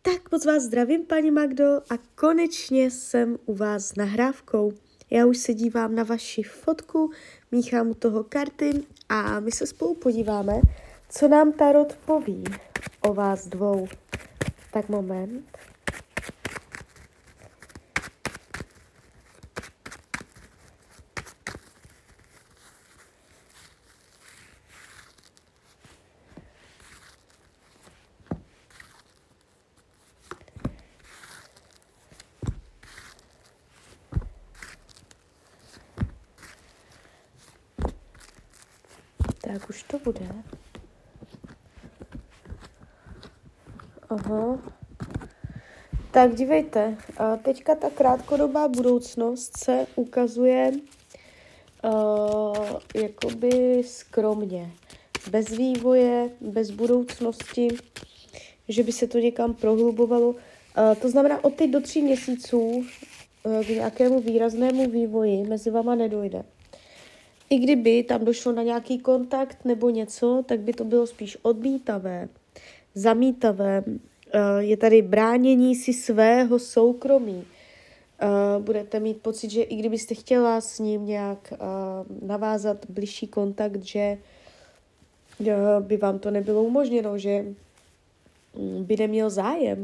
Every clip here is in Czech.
Tak moc vás zdravím, paní Magdo, a konečně jsem u vás s nahrávkou. Já už se dívám na vaši fotku, míchám u toho karty a my se spolu podíváme, co nám Tarot poví o vás dvou. Tak moment. Tak už to bude. Aha. Tak dívejte, teďka ta krátkodobá budoucnost se ukazuje jakoby skromně. Bez vývoje, bez budoucnosti, že by se to někam prohlubovalo. To znamená, od teď do 3 měsíců k nějakému výraznému vývoji mezi váma nedojde. I kdyby tam došlo na nějaký kontakt nebo něco, tak by to bylo spíš odmítavé, zamítavé. Je tady bránění si svého soukromí. Budete mít pocit, že i kdybyste chtěla s ním nějak navázat bližší kontakt, že by vám to nebylo umožněno, že by neměl zájem.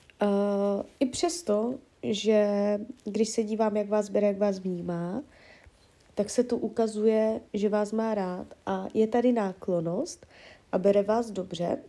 I přesto, že když se dívám, jak vás bere, jak vás vnímá, tak se tu ukazuje, že vás má rád a je tady náklonnost a bere vás dobře,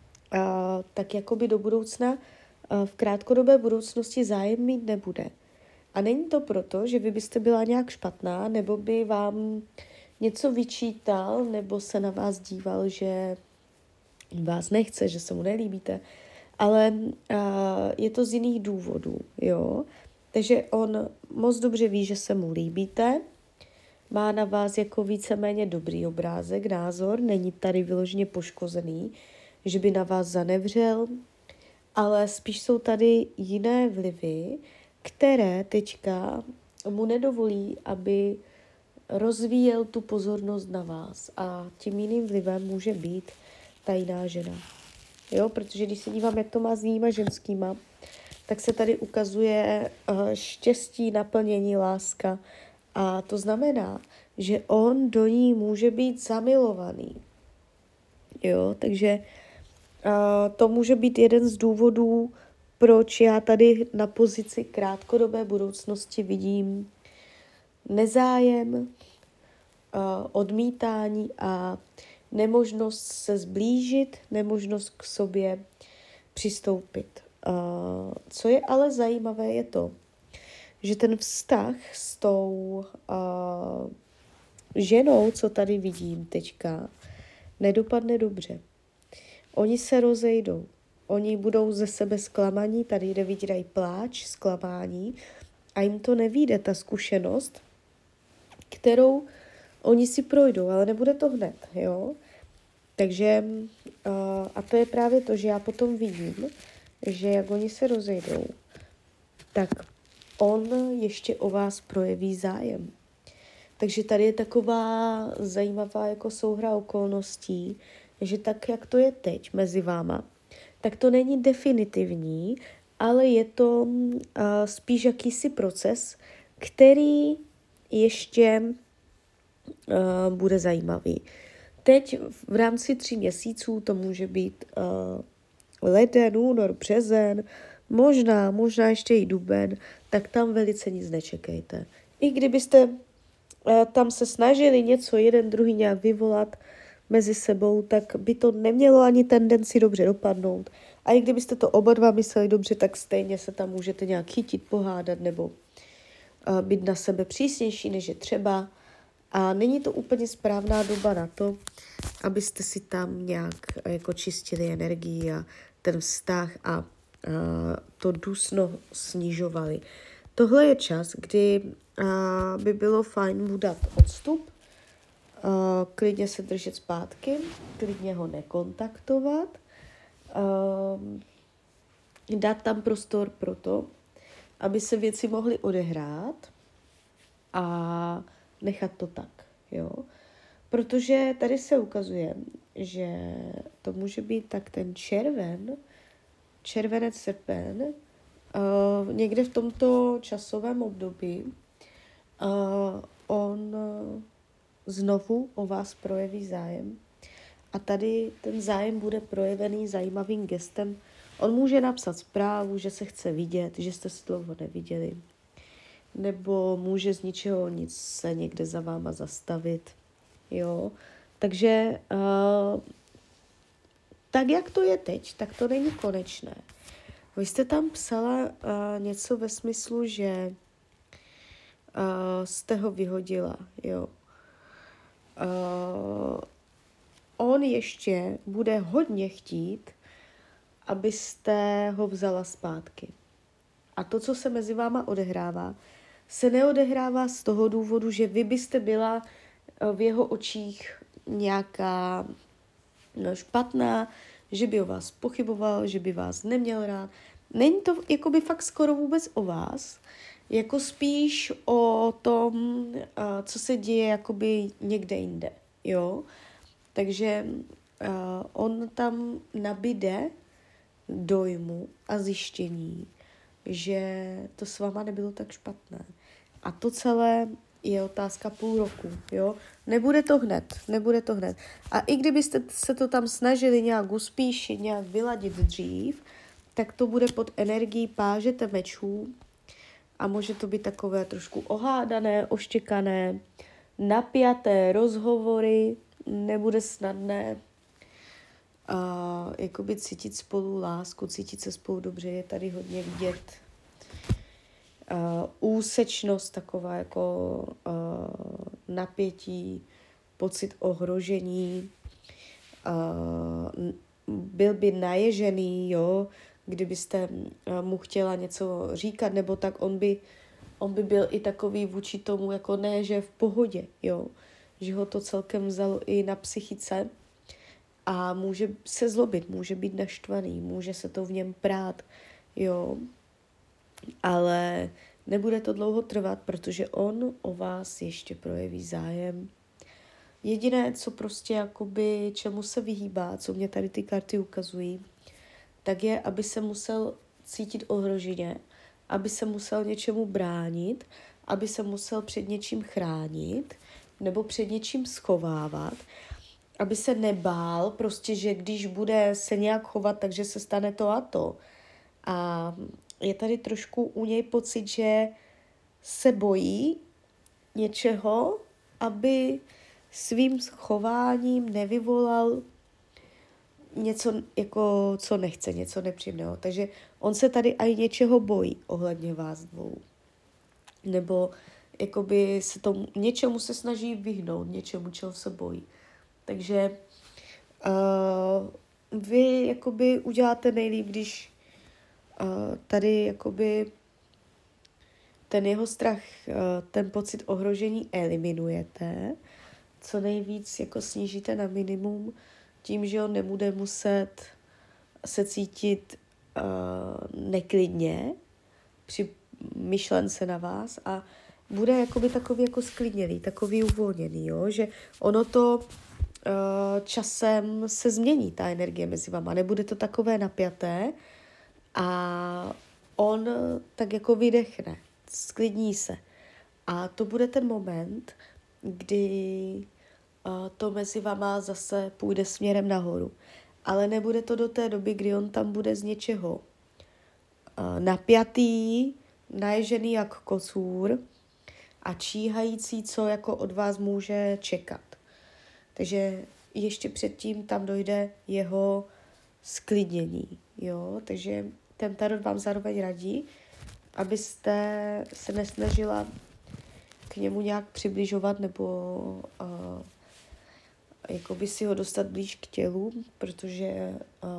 tak jakoby do budoucna v krátkodobé budoucnosti zájem mít nebude. A není to proto, že vy byste byla nějak špatná, nebo by vám něco vyčítal, nebo se na vás díval, že vás nechce, že se mu nelíbíte, ale je to z jiných důvodů, jo. Takže on moc dobře ví, že se mu líbíte, má na vás jako víceméně dobrý obrázek, názor, není tady vyloženě poškozený, že by na vás zanevřel, ale spíš jsou tady jiné vlivy, které teďka mu nedovolí, aby rozvíjel tu pozornost na vás. A tím jiným vlivem může být ta jiná žena. Jo, protože když se dívám, jak to má s jinýma ženskýma, tak se tady ukazuje štěstí, naplnění, láska. A to znamená, že on do ní může být zamilovaný. Jo, takže to může být jeden z důvodů, proč já tady na pozici krátkodobé budoucnosti vidím nezájem, odmítání a nemožnost se zblížit, nemožnost k sobě přistoupit. Co je ale zajímavé, je to, že ten vztah s tou ženou, co tady vidím teďka, nedopadne dobře. Oni se rozejdou. Oni budou ze sebe zklamaní, tady jde vidět pláč, zklamání a jim to nevyjde, ta zkušenost, kterou oni si projdou, ale nebude to hned, jo. Takže, a to je právě to, že já potom vidím, že jak oni se rozejdou, tak on ještě o vás projeví zájem. Takže tady je taková zajímavá jako souhra okolností, že tak, jak to je teď mezi váma, tak to není definitivní, ale je to spíš jakýsi proces, který ještě bude zajímavý. Teď v rámci 3 měsíců to může být leden, únor, březen, možná ještě i duben, tak tam velice nic nečekejte. I kdybyste tam se snažili něco jeden druhý nějak vyvolat mezi sebou, tak by to nemělo ani tendenci dobře dopadnout. A i kdybyste to oba dva mysleli dobře, tak stejně se tam můžete nějak chytit, pohádat nebo být na sebe přísnější, než je třeba. A není to úplně správná doba na to, abyste si tam nějak jako čistili energii a ten vztah a to dusno snižovali. Tohle je čas, kdy by bylo fajn mu dát odstup, klidně se držet zpátky, klidně ho nekontaktovat, dát tam prostor pro to, aby se věci mohly odehrát a nechat to tak, jo. Protože tady se ukazuje, že to může být tak ten červenec, srpen, někde v tomto časovém období on znovu o vás projeví zájem. A tady ten zájem bude projevený zajímavým gestem. On může napsat zprávu, že se chce vidět, že jste se dlouho neviděli. Nebo může z ničeho nic se někde za váma zastavit. Jo? Takže tak, jak to je teď, tak to není konečné. Vy jste tam psala něco ve smyslu, že jste ho vyhodila. Jo. On ještě bude hodně chtít, abyste ho vzala zpátky. A to, co se mezi váma odehrává, se neodehrává z toho důvodu, že vy byste byla v jeho očích nějaká špatná, že by o vás pochyboval, že by vás neměl rád. Není to jakoby fakt skoro vůbec o vás, jako spíš o tom, co se děje jakoby někde jinde, jo. Takže on tam nabíde dojmu a zjištění, že to s váma nebylo tak špatné. A to celé je otázka půl roku, jo. Nebude to hned. A i kdybyste se to tam snažili nějak uspíšit, nějak vyladit dřív, tak to bude pod energií páže mečů a může to být takové trošku ohádané, oštěkané, napjaté rozhovory, nebude snadné jakoby cítit spolu lásku, cítit se spolu dobře, je tady hodně vidět úsečnost, taková jako napětí, pocit ohrožení, byl by naježený, jo, kdybyste mu chtěla něco říkat, nebo tak on by byl i takový vůči tomu, jako ne, že je v pohodě, jo, že ho to celkem vzalo i na psychice a může se zlobit, může být naštvaný, může se to v něm prát, jo, ale nebude to dlouho trvat, protože on o vás ještě projeví zájem. Jediné, co prostě jakoby, čemu se vyhýbá, co mě tady ty karty ukazují, tak je, aby se musel cítit ohroženě, aby se musel něčemu bránit, aby se musel před něčím chránit nebo před něčím schovávat, aby se nebál prostě, že když bude se nějak chovat, takže se stane to a to. A je tady trošku u něj pocit, že se bojí něčeho, aby svým chováním nevyvolal něco, jako, co nechce, něco nepříjemného. Takže on se tady i něčeho bojí ohledně vás dvou. Nebo jakoby se tomu, něčemu se snaží vyhnout, něčemu, čeho se bojí. Takže vy jakoby uděláte nejlíp, když tady jakoby ten jeho strach, ten pocit ohrožení eliminujete, co nejvíc jako snížíte na minimum, tím, že on nebude muset se cítit neklidně při myšlence na vás a bude jakoby takový jako sklidněný, takový uvolněný, jo? Že ono to časem se změní, ta energie mezi váma, nebude to takové napjaté a on tak jako vydechne, sklidní se. A to bude ten moment, kdy to mezi váma zase půjde směrem nahoru. Ale nebude to do té doby, kdy on tam bude z něčeho napjatý, naježený jak kocůr a číhající, co jako od vás může čekat. Takže ještě předtím tam dojde jeho sklidnění. Jo? Takže ten tarot vám zároveň radí, abyste se nesnažila k němu nějak přibližovat nebo jakoby si ho dostat blíž k tělu, protože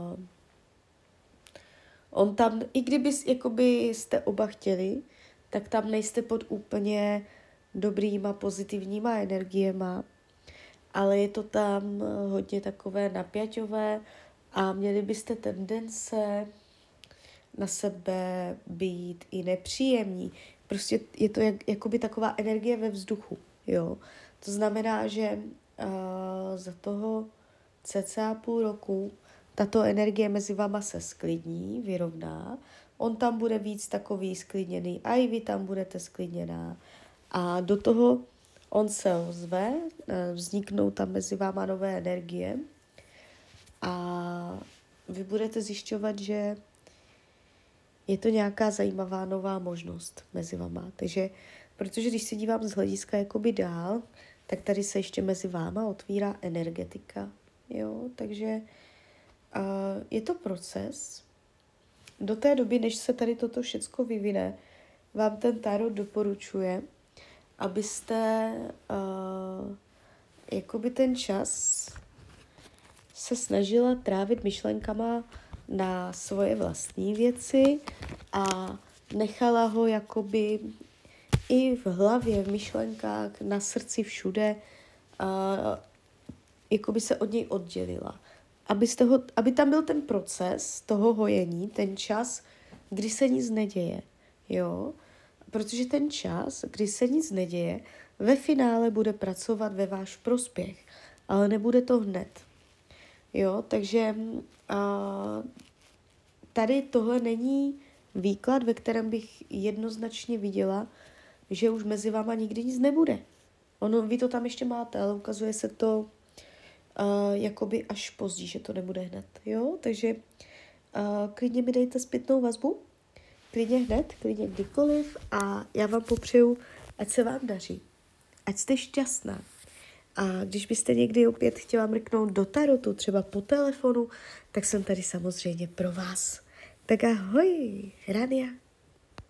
on tam, i kdyby jakoby jste oba chtěli, tak tam nejste pod úplně dobrýma, pozitivníma energiema, ale je to tam hodně takové napjaťové a měli byste tendence na sebe být i nepříjemní. Prostě je to jakoby taková energie ve vzduchu, jo. To znamená, že za toho cca půl roku tato energie mezi váma se sklidní, vyrovná, on tam bude víc takový sklidněný a i vy tam budete sklidněná. A do toho on se ozve, vzniknou tam mezi váma nové energie a vy budete zjišťovat, že je to nějaká zajímavá nová možnost mezi váma. Takže, protože když se dívám z hlediska jakoby dál, tak tady se ještě mezi váma otvírá energetika. Jo? Takže je to proces. Do té doby, než se tady toto všecko vyvine, vám ten tarot doporučuje, abyste jakoby ten čas se snažila trávit myšlenkama na svoje vlastní věci a nechala ho jakoby i v hlavě, v myšlenkách, na srdci, všude, jakoby se od něj oddělila. Aby tam byl ten proces toho hojení, ten čas, kdy se nic neděje. Jo? Protože ten čas, kdy se nic neděje, ve finále bude pracovat ve váš prospěch, ale nebude to hned. Jo? Takže tady tohle není výklad, ve kterém bych jednoznačně viděla, že už mezi váma nikdy nic nebude. Vy to tam ještě máte, ale ukazuje se to jakoby až později, že to nebude hned. Jo? Takže klidně mi dejte zpětnou vazbu, klidně hned, klidně kdykoliv a já vám popřeju, ať se vám daří, ať jste šťastná. A když byste někdy opět chtěla mrknout do tarotu, třeba po telefonu, tak jsem tady samozřejmě pro vás. Tak ahoj, Rania.